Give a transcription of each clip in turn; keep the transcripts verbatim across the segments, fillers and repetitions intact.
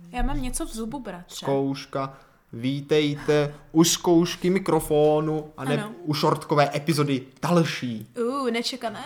Já mám něco v zubu, bratře. Zkouška. Vítejte u zkoušky mikrofonu a ne u šortkové epizody další. Uh, nečekané.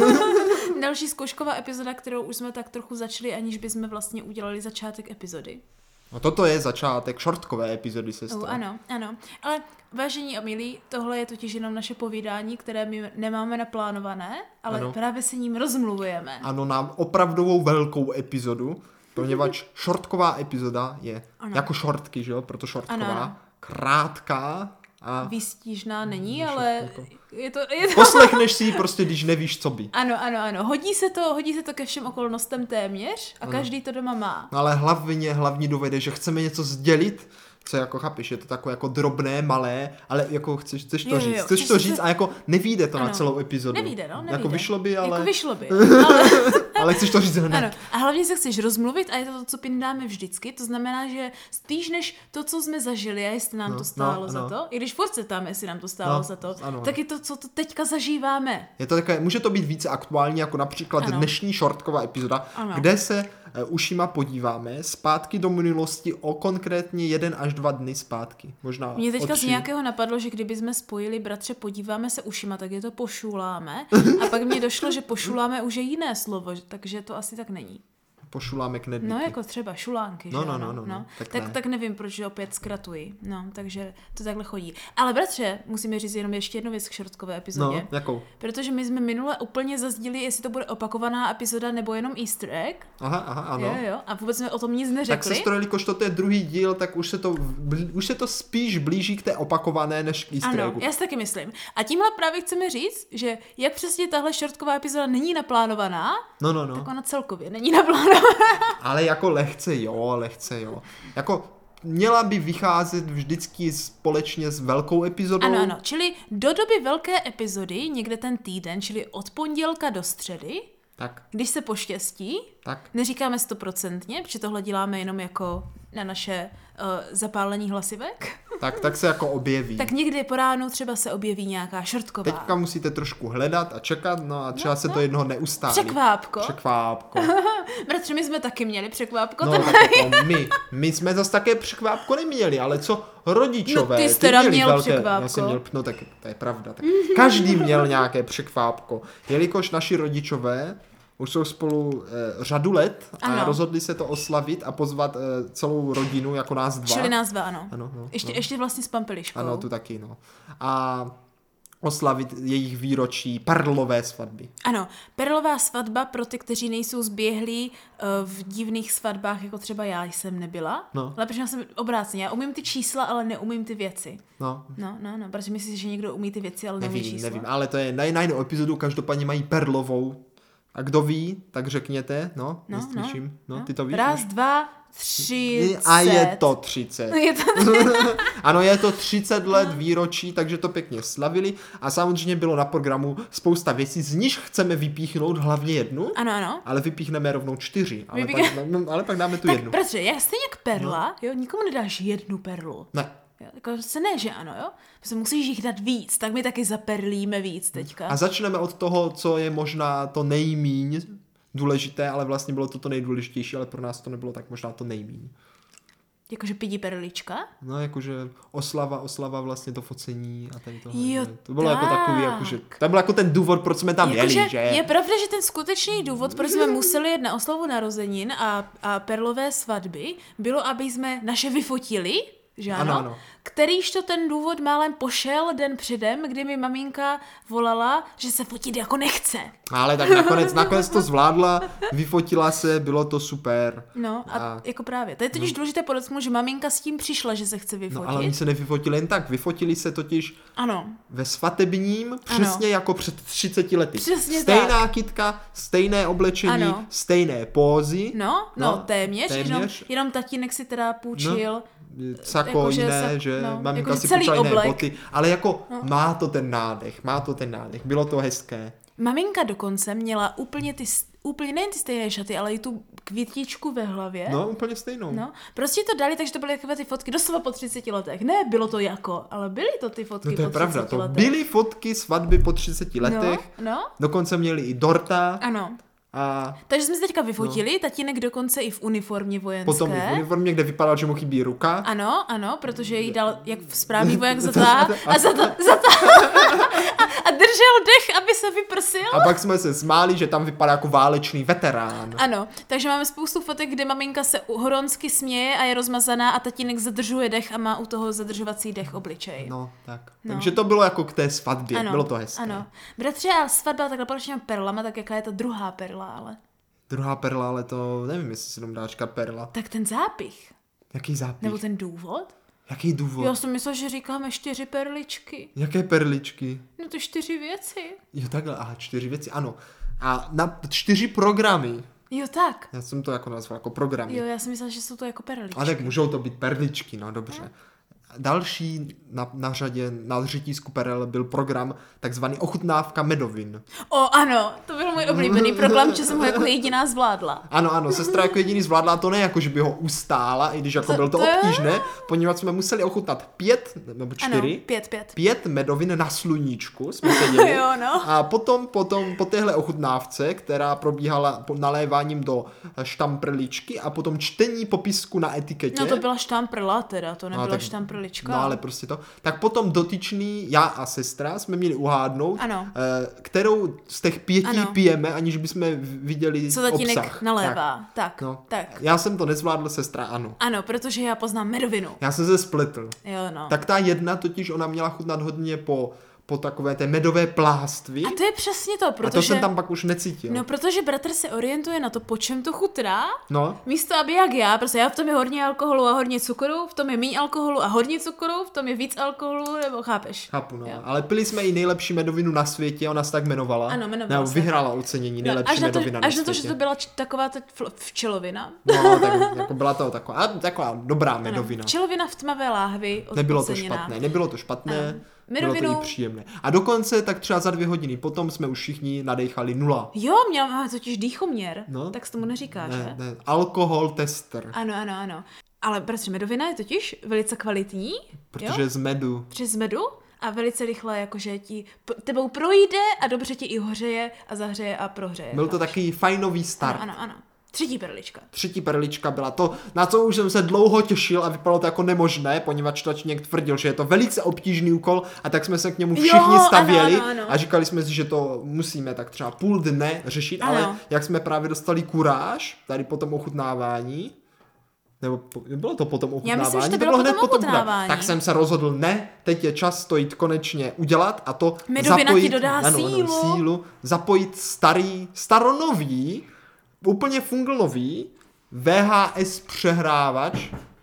Další zkoušková epizoda, kterou už jsme tak trochu začali, aniž bychom vlastně udělali začátek epizody. No toto je začátek šortkové epizody, sestra. Uh, ano, ano. Ale vážení a milí, tohle je totiž jenom naše povídání, které my nemáme naplánované, ale ano. Právě se ním rozmluvujeme. Ano, nám opravdovou velkou epizodu, poněvadž šortková epizoda je ano. jako šortky, že jo? Proto šortková, ano. krátká a... Výstižná není, ale je to, je to... Poslechneš si ji prostě, když nevíš, co by. Ano, ano, ano. Hodí se to, hodí se to ke všem okolnostem téměř a ano. každý to doma má. No ale hlavně, hlavně dovede, že chceme něco sdělit, co jako chápeš, je to takové jako drobné, malé, ale jako chceš, chceš to jo, říct, jo, chceš to říct se... a jako nevíde to ano. na celou epizodu. Nevíde, no, nevíde. Jako vyšlo by, ale... Jako vyšlo by, ale... ale chceš to říct hned. Ano. A hlavně se chceš rozmluvit a je to to, co pindáme vždycky, to znamená, že spíš než to, co jsme zažili a jestli nám no, to stálo no, za no. to, i když furt se tam, jestli nám to stálo no, za to, ano, tak je to, co to teďka zažíváme. Je to takové, může to být více aktuální, jako například ano. dnešní šortková epizoda, ano. kde se uh, ušima podíváme zpátky do minulosti o konkrétně jeden až dva dny zpátky. Možná Mně teďka z nějakého napadlo, že kdyby jsme spojili bratře podíváme se ušima, tak je to pošuláme. A pak mě došlo, že pošuláme už je jiné slovo, takže to asi tak není. Pošuláme knedlíky. No jako třeba šulánky, no, že no, no, no, no, no. Tak, tak, ne. tak nevím, proč opět zkratuji. No, takže to takhle chodí. Ale bratře, musíme říct jenom ještě jednu věc k šortkové epizodě. No, jakou? Protože my jsme minule úplně zazdili, jestli to bude opakovaná epizoda nebo jenom easter egg. Aha, aha, ano. Jo, jo, a vůbec jsme o tom nic neřekli. Tak sestro, jelikož toto je druhý díl, tak už se to, už se to spíš blíží k té opakované než k easter eggu. Ano, já si taky myslím. A tímhle právě chceme říct, že jak přesně tahle šortková epizoda není naplánovaná, no, no, no. tak ona celkově není naplánovaná. Ale jako lehce jo, lehce jo. Jako měla by vycházet vždycky společně s velkou epizodou. Ano, ano, čili do doby velké epizody, někde ten týden, čili od pondělka do středy, tak. Když se poštěstí, tak. neříkáme stoprocentně, protože tohle děláme jenom jako na naše uh, zapálení hlasivek. Tak, tak se jako objeví. Tak někdy po ránu třeba se objeví nějaká šortková. Teďka musíte trošku hledat a čekat, no a třeba no, se no. to jednoho neustálí. Překvápko. Překvápko. Bratře, my jsme taky měli překvápko. No tak jako my, my jsme zase také překvápko neměli, ale co rodičové. No ty jsi teda měl velké, překvápko. Já jsem měl, no tak to je pravda. Tak každý měl nějaké překvápko. Jelikož naši rodičové už jsou spolu e, řadu let a ano. rozhodli se to oslavit a pozvat e, celou rodinu jako nás dva. Čili nás dva, ano. ano no, ještě, no. ještě vlastně s Pampeliškou. Ano, tu taky, no. A oslavit jejich výročí perlové svatby. Ano, perlová svatba pro ty, kteří nejsou zběhlí uh, v divných svatbách, jako třeba já jsem nebyla. No. Ale protože já jsem obráceně, já umím ty čísla, ale neumím ty věci. No. No, no, no, protože myslíš, že někdo umí ty věci, ale neumí nevím, čísla. Nevím, ale to je na, na jinou epizodu, každopádně mají perlovou. A kdo ví, tak řekněte, no, no neslyším, no, no, ty to víš? Raz, dva, třicet. A je to třicet. Je to... Ano, je to třicet let výročí, takže to pěkně slavili a samozřejmě bylo na programu spousta věcí, z níž chceme vypíchnout hlavně jednu, ano, ano. ale vypíchneme rovnou čtyři, ale, Vypích... pak, no, ale pak dáme tu tak, jednu. Bratře, já stejně jak perla, no. jo, nikomu nedáš jednu perlu. Ne. Jo, jako se ne, že ano, jo? Prostě musíš jich dát víc, tak my taky zaperlíme víc teďka. A začneme od toho, co je možná to nejmíň důležité, ale vlastně bylo to to nejdůležitější, ale pro nás to nebylo tak možná to nejmíň. Jakože pidi perlička? No, jakože oslava, oslava vlastně to focení a tady tohle. Jo, to bylo tak. jako takový, jakože, to byl jako ten důvod, proč jsme tam jako jeli, že že? Je pravda, že ten skutečný důvod, proč jsme museli jet na oslavu narozenin a, a perlové svatby, bylo, aby jsme naše vyfotili, že ano? Ano, ano. Kterýž to ten důvod málem pošel den předem, kdy mi maminka volala, že se fotit jako nechce. Ale tak nakonec, nakonec to zvládla, vyfotila se, bylo to super. No a, a jako právě. To je totiž no. důležité podotknout, že maminka s tím přišla, že se chce vyfotit. No ale oni se nevyfotili jen tak, vyfotili se totiž ano. ve svatebním, přesně ano. jako před třiceti lety. Přesně Stejná tak. kytka, stejné oblečení, ano. stejné pózy. No, no, no téměř, téměř. Jenom, jenom tatínek si teda půjčil... No. Sako jako, jiné, že, že no, maminka jako, si celý počala jiné oblek. boty, ale jako no. má to ten nádech, má to ten nádech, bylo to hezké. Maminka dokonce měla úplně ty, úplně nejen ty stejné šaty, ale i tu květičku ve hlavě. No, úplně stejnou. No, prostě to dali, takže to byly takové ty fotky doslova po třiceti letech. Ne, bylo to jako, ale byly to ty fotky no to je po pravda, třiceti to letech. byly fotky svatby po třiceti letech, no, no. dokonce měli i dorta. Ano. A takže jsme se teďka vyfotili, no. Tatínek dokonce i v uniformě vojenské. Potom i v uniformě, kde vypadalo, že mu chybí ruka. Ano, ano, protože jí dal jak správný voják zatáhl a, zata, zata, a, a držel dech, aby se vyprsil. A pak jsme se smáli, že tam vypadá jako válečný veterán. Ano, takže máme spoustu fotek, kde maminka se horonsky směje a je rozmazaná a tatínek zadržuje dech a má u toho zadržovací dech obličej. No, tak. No. Takže to bylo jako k té svatbě, ano, bylo to hezké. Ano, bratře, ale svatba takhle položena perlama, tak jaká je ta druhá perla, ale? Druhá perla, ale to nevím, jestli se tomu dá říkat perla. Tak ten zápich. Jaký zápich? Nebo ten důvod? Jaký důvod? Já jsem myslela, že říkáme čtyři perličky. Jaké perličky? No to čtyři věci. Jo takhle, aha, čtyři věci, ano. A na čtyři programy. Jo tak. Já jsem to jako nazval jako programy. Jo, já jsem myslela, že jsou to jako perličky. A tak můžou to být perličky, no dobře. No. Další na, na řadě, na řetízku perel byl program takzvaný ochutnávka medovin. O ano, to byl můj oblíbený program, že jsem ho jako jediná zvládla. Ano, ano, sestra jako jediný zvládla, to ne jako, že by ho ustála, i když jako to, bylo to, to obtížné, poněvadž jsme museli ochutnat pět, nebo čtyři, ano, pět, pět. pět medovin na sluníčku, jsme seděli. Jo, no. A potom, potom po téhle ochutnávce, která probíhala naléváním do štamprličky a potom čtení popisku na etiketě. No to byla štamprla teda, to nebyla no, štamprlička. No ale prostě to. Tak potom dotyčný, já a sestra, jsme měli uhádnout, ano. kterou z těch pěti ano. pijeme, aniž bychom viděli co tatínek obsah. nalévá. Tak, tak, no. tak. Já jsem to nezvládl, sestra ano. Ano, protože já poznám medovinu. Já jsem se spletl. Jo, no. Tak ta jedna totiž, ona měla chutnat hodně po po takové té medové pláství. A to je přesně to, protože... A to jsem tam pak už necítil. No, protože bratr se orientuje na to, po čem to chutná. No. Místo, aby jak já, prostě já v tom je hodně alkoholu a hodně cukru, v tom je méně alkoholu a hodně cukru, v tom je víc alkoholu, nebo chápeš? Chápu, no. Jo. Ale pili jsme i nejlepší medovinu na světě, ona se tak jmenovala. Ano, jmenovala Nebo se. vyhrála ocenění nejlepší no, medovina to, na až světě. Až na to, že to byla č- taková ta včelovina. No, tak jako byla to taková, taková dobrá medovina. Ano, včelovina v tmavé láhvi. Nebylo to špatné, nebylo to špatné. Ano. Medovinu... Bylo to i příjemné. A dokonce tak třeba za dvě hodiny potom jsme už všichni nadechali nula. Jo, měl máme totiž dýchoměr, no? Tak se tomu neříká, ne, že? Ne, alkohol tester. Ano, ano, ano. Ale protože medovina je totiž velice kvalitní. Protože jo? z medu. Protože z medu a velice rychle jakože ti tebou projde a dobře ti i hořeje a zahřeje a prohřeje. Byl to takový fajnový start. Ano, ano, ano. Třetí perlička. Třetí perlička byla to, na co už jsem se dlouho těšil a vypadalo to jako nemožné, poněvadž tačník tvrdil, že je to velice obtížný úkol a tak jsme se k němu všichni jo, stavěli ano, ano, ano. a říkali jsme si, že to musíme tak třeba půl dne řešit, ano. Ale jak jsme právě dostali kuráž tady po tom ochutnávání, nebo po, bylo to potom ochutnávání? Já myslím, že to bylo, bylo potom hned ochutnávání. Tak jsem se rozhodl, ne, teď je čas to jít konečně udělat a to medovina zapojit, ti dodá ano, sílu. Ano, sílu, zapojit starý, staronový, úplně funglnový V H S přehrávač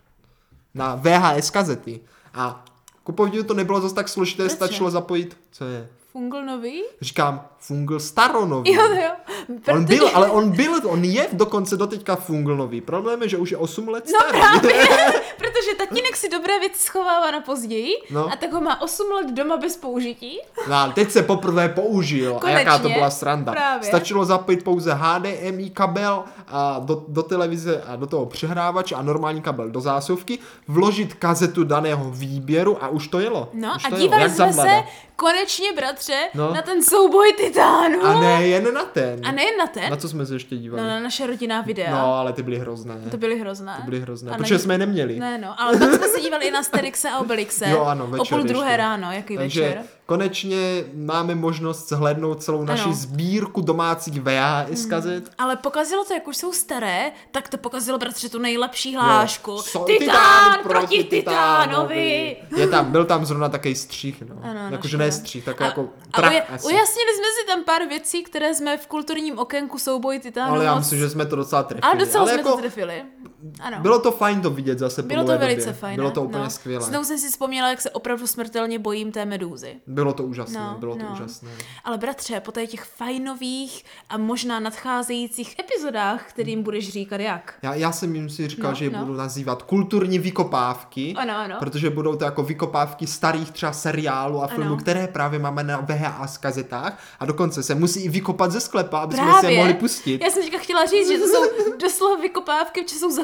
na V H S kazety. A ku podivu to nebylo zase tak složité, Proč? Stačilo zapojit, co je? Fungl nový? Říkám, fungl staronový. Jo, jo. Protože... On byl, ale on byl, on je dokonce doteďka fungl nový. Problém je, že už je osm let starý. No právě, protože tatínek si dobré věci schovává na později no. a tak ho má osm let doma bez použití. No ale teď se poprvé použil Konečně, a jaká to byla sranda. Právě. Stačilo zapojit pouze H D M I kabel a do, do televize a do toho přehrávače a normální kabel do zásuvky, vložit kazetu daného výběru a už to jelo. No už a to dívali jelo, jsme se konečně, bratře, no. na ten souboj titánů. A ne jen na ten. A nejen na ten. Na co jsme se ještě dívali? No na naše rodinná videa. No, ale ty byly hrozné. To byly hrozné. To byly hrozné, a protože ne... jsme je neměli. Ne, no, ale pak jsme se dívali i na Asterixe a Obelixe. Jo, ano, večer. O půl druhé ještě. ráno, jaký Takže večer. konečně máme možnost zhlédnout celou naši ano. sbírku domácích V H S kazet. Hmm. Ale pokazilo to, jak už jsou staré, tak to pokazilo, bratře, tu nejlepší hlášku. No. Titán proti titánovi. Je tam, byl tam zrovna takový střih, no. Jakože ne střih, tak a, jako a uja, ujasnili jsme si tam pár věcí, které jsme v kulturním okénku souboj titánů. Ale já myslím, že jsme to docela trefili. A docela ale jsme jako, to trefili. Ano. Bylo to fajn to vidět zase po Bylo to velice době. fajn. Bylo to úplně no. skvělé. Znovu jsem si vzpomněla, jak se opravdu smrtelně bojím té medúzy. Bylo to úžasné, no, bylo to no. úžasné. Ale bratře, po těch fajnových a možná nadcházejících epizodách, kterým budeš říkat jak? Já, já jsem jim si říkal, no, že je no. budu nazývat kulturní vykopávky, ano, ano. protože budou to jako vykopávky starých třeba seriálů a filmů, ano. které právě máme na V H S kazetách a dokonce se musí i vykopat ze sklepa, aby právě. jsme si je mohli pustit. Já jsem teďka chtěla říct, že to jsou doslova vykopávky, že jsou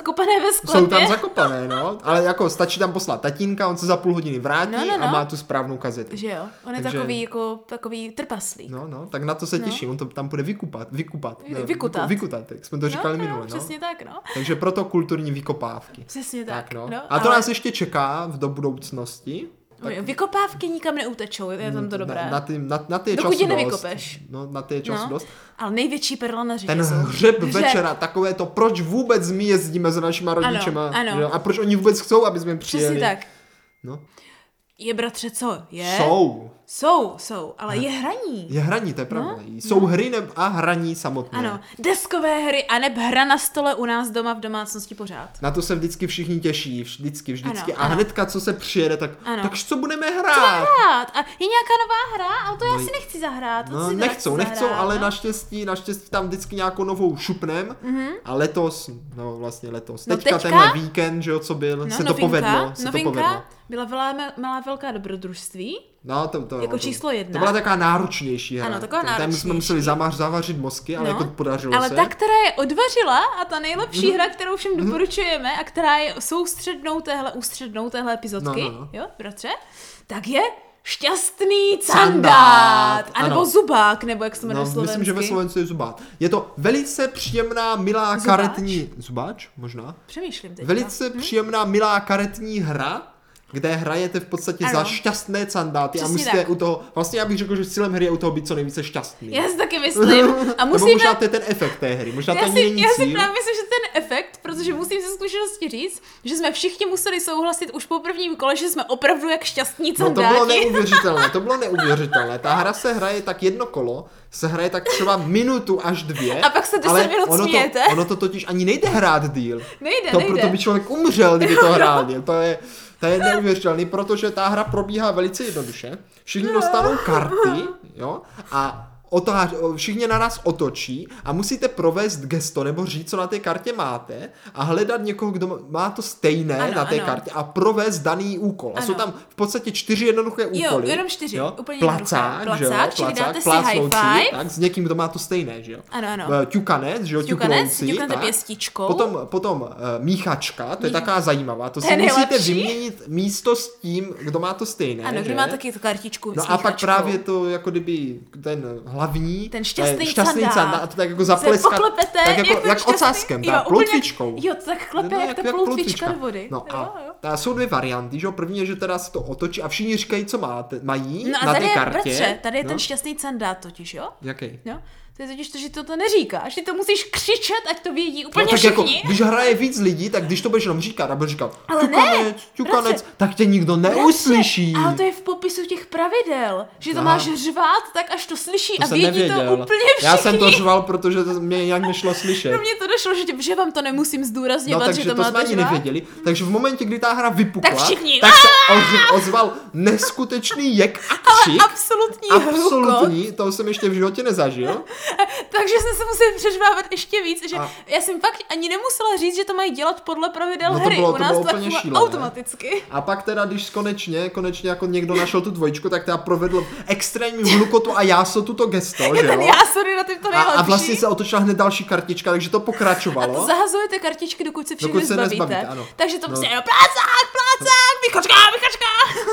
zakopané ve sklepě. Jsou tam zakopané, no. Ale jako stačí tam poslat tatínka, on se za půl hodiny vrátí no, no, no. a má tu správnou kazetu. Že jo, on je Takže... takový jako takový trpaslík. No, no, tak na to se těším, no. On to tam bude vykupat, vykupat. Vy, vykutat. Vykutat, jak jsme to říkali no, minule, no. no. Přesně tak, no. Takže proto kulturní vykopávky. Přesně tak, tak no. no. A to ale... nás ještě čeká v do budoucnosti. Tak... Vykopávky nikam neutečou, je tam to dobré. Na, na, ty, na, na ty je Dokud času je nevykopeš. Dost. No, na ty je času no. dost. Ale největší perla na řekě Ten jsou. hřeb Hřeb. večera, takové to, proč vůbec my jezdíme za našima rodičema. Ano, ano. A proč oni vůbec chcou, aby jsme přijeli. Přesně tak. No. Je, bratře, co? Je? Jsou. Jsou, jsou, ale je hraní. Je hraní, to je pravda. No, Jsou no. hry neb- a hraní samotné. Ano, deskové hry a neb hra na stole u nás doma v domácnosti pořád. Na to se vždycky všichni těší, vždycky, vždycky. Ano, a ano. hnedka, co se přijede, tak Ano. tak co budeme Co hrát? hrát? A je nějaká nová hra, ale to já No, si nechci zahrát. To No si nechcou, nechci nechcou, zahrát, ale no. naštěstí, naštěstí tam vždycky nějakou novou šupnem. Mhm. A letos, no vlastně letos, No teďka, teďka? tenhle víkend, že jo, co byl, No, se to novinka, povedlo, se novinka to povedlo. byla velá, malá velká dobrodružství. No, to, to, Jako to, číslo jedna. To byla taková náročnější hra. Ano, taková Tam jsme náročnější. museli zamař, zavařit mozky, ale No, jako podařilo ale se. ta, která je odvařila a ta nejlepší hra, kterou všem doporučujeme a která je soustřednou téhle, ústřednou téhle epizodky, No, no, no. jo, bratře, tak je šťastný Candát. candát. A nebo Ano. zubák, nebo jak se to jmenuje No, slovensky. myslím, že ve Slovensku je zubát. Je to velice příjemná, milá Zubáč? karetní... Zubáč? Možná? Přemýšlím teď. Velice hm? příjemná, milá karetní hra, kde hrajete v podstatě Ano. za šťastné candáty a Přesně musíte tak. u toho, vlastně já bych řekl, že cílem hry je u toho být co nejvíce šťastný. Já si taky myslím. A Nebo musíme... možná to je ten efekt té hry, možná to Já ani si, není já si cíl. právě myslím, že ten efekt, protože musím ze zkušenosti říct, že jsme všichni museli souhlasit už po prvním kole, že jsme opravdu jak šťastní No to candáti. bylo neuvěřitelné, to bylo neuvěřitelné. Ta hra se hraje tak jedno kolo, se hraje tak třeba minutu až dvě. A pak se deset ale minut ono smějete. to, ono to totiž ani nejde hrát díl. Nejde, to, nejde. Proto by člověk umřel, kdyby to hrál díl. To je, to je neuvěřitelný, protože ta hra probíhá velice jednoduše. Všichni dostanou karty, jo, a otáž, všichni na nás otočí a musíte provést gesto nebo říct, co na té kartě máte a hledat někoho, kdo má to stejné Ano, na té ano. kartě a provést daný úkol. A Ano. jsou tam v podstatě čtyři jednoduché úkoly. Jo, jenom čtyři, jo? úplně Placák, jednoduché. že jo? Placák, čili dáte si plácnout high five. tak, s někým, kdo má to stejné, že jo? Ano, ano. Eh, Ťukanec, že jo? Ťukanec, ťuknout si, ťuknete tak. pěstičkou. Potom, potom uh, míchačka, to je Mícha- taková zajímavá, to To si je musíte nejlepší. vyměnit místo s tím, kdo má to stejné. Ano, že? kdo má taky tu kartičku s No a pak míchačkou. právě to, jako kdyby ten hlavní, Ten šťastný eh, šťastný candát. candát, a to tak jako Se zapleskat, poklepete, tak jako, jak ten jak šťastný- ocáskem, jo, tak, úplně ploutvičkou. Jak, jo, tak klepe No, jak, jak ta ploutvička do vody. No jo, a jo. ta jsou dvě varianty, že jo? První je, že teda se to otočí a všichni říkají, co máte, mají No a na tady té je, kartě. bratře, tady je no? ten šťastný candát totiž, jo? Jaký? Jo? To je totiž to, že ty to neříkáš, ty to musíš křičet, ať to vědí úplně No, tak jako, všichni. když hraje víc lidí, tak když to budeš jenom říkat a budeš říkat Ale ťukanec, ne, ťukanec, bratře. tak tě nikdo neuslyší. Ale to je v popisu těch pravidel, že to Aha. máš řvát, tak až to slyší To a jsem vědí nevěděl. to úplně všichni. Já jsem to řval, protože to mě nějak nešlo slyšet. No mně to došlo, že, tě, že vám to nemusím No zdůrazňovat, takže že to, to jsme máte ani řvát. nevěděli. Takže v momentě, kdy ta hra vypukla, Tak všichni, tak se oz, ozval neskutečný jek a křik. Absolutní hrukot. Absolutní, to jsem ještě v životě nezažil. Takže jsem se musela přeřvávat ještě víc, že A- já jsem fakt ani nemusela říct, že to mají dělat podle pravidel No to hry. bylo- U to nás bylo to tak úplně funguje šílené. automaticky. A pak teda, když konečně, konečně jako někdo našel tu dvojičku, tak teda provedl extrémní hlukotu a jásotu to gesto, Je že ten jo? jásory na tím to A, nejlepší. a vlastně se otočila hned další kartička, takže to pokračovalo. A to zahazujete kartičky, dokud se všem Dokud se nezbavíte. nezbavíte, ano. Takže to No. prostě no. plácák, plácák, vychočka, vychočka.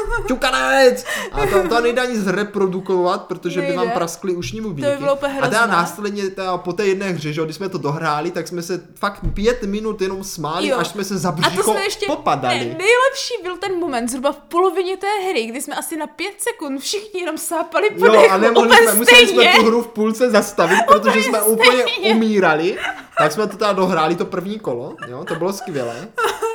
Ťukanec! A to, to nejde ani zreprodukovat, protože by vám Nejde. praskly ušní bubínky. To by bylo úplně A teda hrozné. následně teda po té jedné hře, že jo, když jsme to dohráli, tak jsme se fakt pět minut jenom smáli, Jo. až jsme se za A to břicho jsme ještě, popadali. ne, nejlepší byl ten moment, zhruba v polovině té hry, kdy jsme asi na pět sekund všichni jenom sápali po Jo, dechu, a nemohli úplně jsme, museli jsme stejně. tu hru v půlce zastavit, protože Úplně jsme úplně stejně. umírali. Tak jsme to teda dohráli, to první kolo, jo, to bylo skvělé.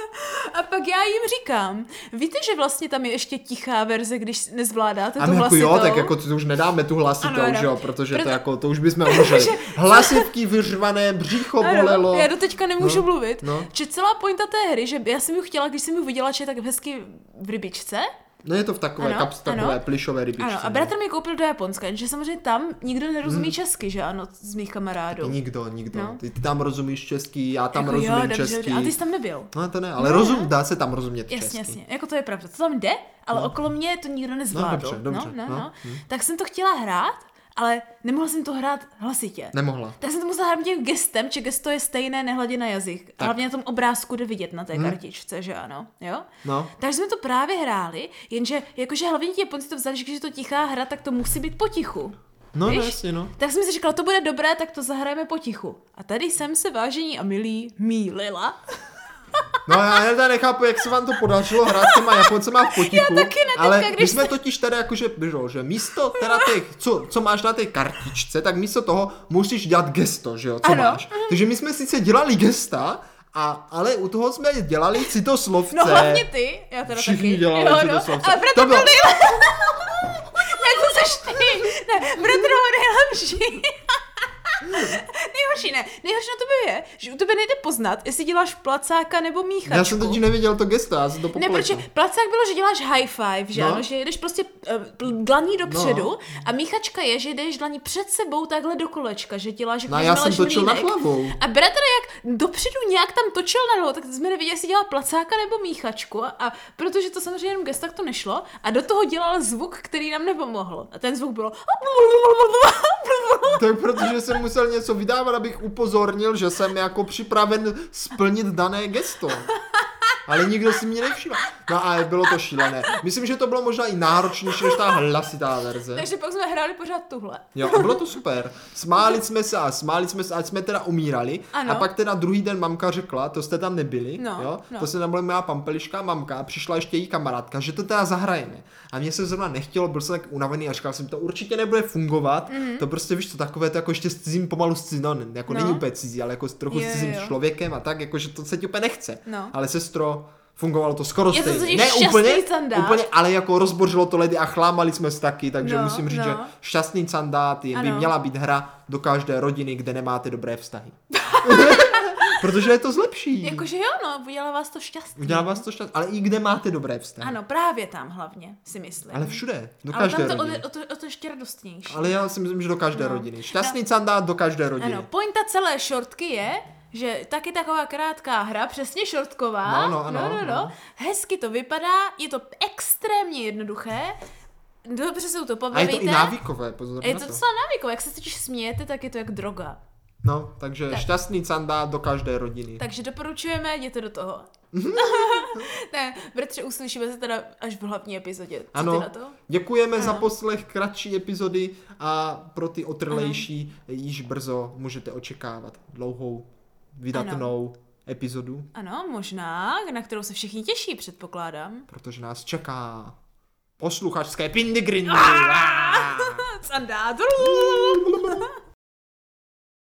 A pak já jim říkám, víte, že vlastně tam je ještě tichá verze, když nezvládáte A tu my jako hlasitou? jo, tak jako to už nedáme tu hlasitou, Ano, ano. že jo, protože Proto- to jako, to už bychom umřeli. Hlasivky vyřvané, břicho bolelo. Ano, já doteďka nemůžu No, mluvit. no. Že celá pointa té hry, že já jsem ji chtěla, když jsem ji viděla, že je tak hezky v rybičce. No je to v takové, Ano, kaps, takové ano. plišové rybičce. Ano, a no. bratr mi koupil do Japonska, jenže samozřejmě tam nikdo nerozumí hmm. česky, že ano, z mých kamarádů. Nikdo, nikdo. No. Ty, ty tam rozumíš český, já tam Jako rozumím jo, dobře, český. dobře. A ty jsi tam nebyl. No to ne, ale No, rozum, no. dá se tam rozumět Jasně, česky. jasně. Jako to je pravda. To tam jde, ale No. okolo mě to nikdo nezvládl. No, dobře, dobře, No, no, no. no. Hm. Tak jsem to chtěla hrát ale nemohla jsem to hrát hlasitě. Nemohla. Tak jsem to musela hrát tím gestem, že gesto je stejné, nehledě na jazyk. Tak. Hlavně na tom obrázku jde vidět na té hmm. kartičce, že ano, jo? No. Takže jsme to právě hráli, jenže jakože hlavně ti Japonci to vzali, že když je to tichá hra, tak to musí být potichu. No, jasně, no. Tak jsem si říkala, to bude dobré, tak to zahrajeme potichu. A tady jsem se, vážení a milí, mýlila. No já teda nechápu, jak se vám to podařilo hrát s těma Japoncema v potichu, já taky ne, ale teďka, my jsme se... totiž tady jakože, že místo teda těch, co, co máš na té kartičce, tak místo toho musíš dělat gesto, že jo, co ano. máš. Takže my jsme sice dělali gesta, a, ale u toho jsme dělali citoslovce. No hlavně ty, já teda Všichni taky. dělali jo, citoslovce. No. Ale proto to bylo... Ne, to seš ty. Ne, bratr nejlepší. Nejhorší ne, nejhorší na tobě je, že u tebe nejde poznat, jestli děláš placáka nebo míchačku. Já jsem totiž nevěděl to gesto, já jsem to Ne, popletl. protože placák bylo, že děláš high five, že no. ano, že jdeš prostě uh, dlaní dopředu no. a míchačka je, že jdeš dlaní před sebou takhle do kolečka, že děláš jako no, já jsem točil mlínek. nad hlavou. A bratr jak dopředu nějak tam točil na hlavou, tak jsme nevěděli, jestli dělá placáka nebo míchačku a, a protože to samozřejmě jenom gest, tak to nešlo a do toho dělal zvuk, který nám nepomohl. A ten zvuk bylo tak protože jsem musel něco vydávat, abych upozornil, že jsem jako připraven splnit dané gesto. Ale nikdo si mě nevšiml. No a bylo to šílené. Myslím, že to bylo možná i náročnější než ta hlasitá verze. Takže pak jsme hráli pořád tuhle. Jo, a bylo to super. Smáli jsme se a smáli jsme se, ať jsme teda umírali. Ano. A pak teda druhý den mamka řekla, to jste tam nebyli, no, jo? No. To se tam byla moja pampeliška mamka a přišla ještě její kamarádka, že to teda zahrajeme. A mně se zrovna nechtělo, byl jsem tak unavený a říkal jsem, to určitě nebude fungovat. Mm-hmm. To prostě víš, to takové to jako ještě s cizím pomalu s cizí, no, jako no. není úplně cizí, ale jako trochu jo, s cizím jo. člověkem a tak, jakože to se ti úplně nechce. No. Ale sestro, fungovalo to skoro je stejně. To ne úplně, úplně, ale ale jako rozbořilo to ledy a chlámali jsme se taky, takže no, musím říct, no. že šťastný candát je, by ano. měla být hra do každé rodiny, kde nemáte dobré vztahy. Protože je to zlepší. Jakože jo, no, udělá vás to šťastný. Udělá vás to šťastný, ale i kde máte dobré vztahy. Ano, právě tam hlavně, si myslím. Ale všude, do ale každé tam to rodiny. O, o, to, o to ještě radostnější. Ale já si myslím, že do každé no. rodiny. Šťastný no. candát do každé rodiny. Ano, pointa celé šortky je, že taky taková krátká hra, přesně šortková. No, no, ano, no, no, no. no. Hezky to vypadá, je to extrémně jednoduché. Dobře se u to A pobavíte. je to i návykové, pozor Je na to to. docela návykové, jak se totiž smějete, tak je to jak droga. No, takže tak. šťastný candát do každé rodiny. Takže doporučujeme, jděte do toho. Ne, bratře, uslyšíme se teda až v hlavní epizodě. Co ano, ty na to? děkujeme ano. za poslech kratší epizody a pro ty otrlejší ano. již brzo můžete očekávat dlouhou vydatnou ano. epizodu. Ano, možná, na kterou se všichni těší, předpokládám. Protože nás čeká posluchačské pindigrindy. Sandá.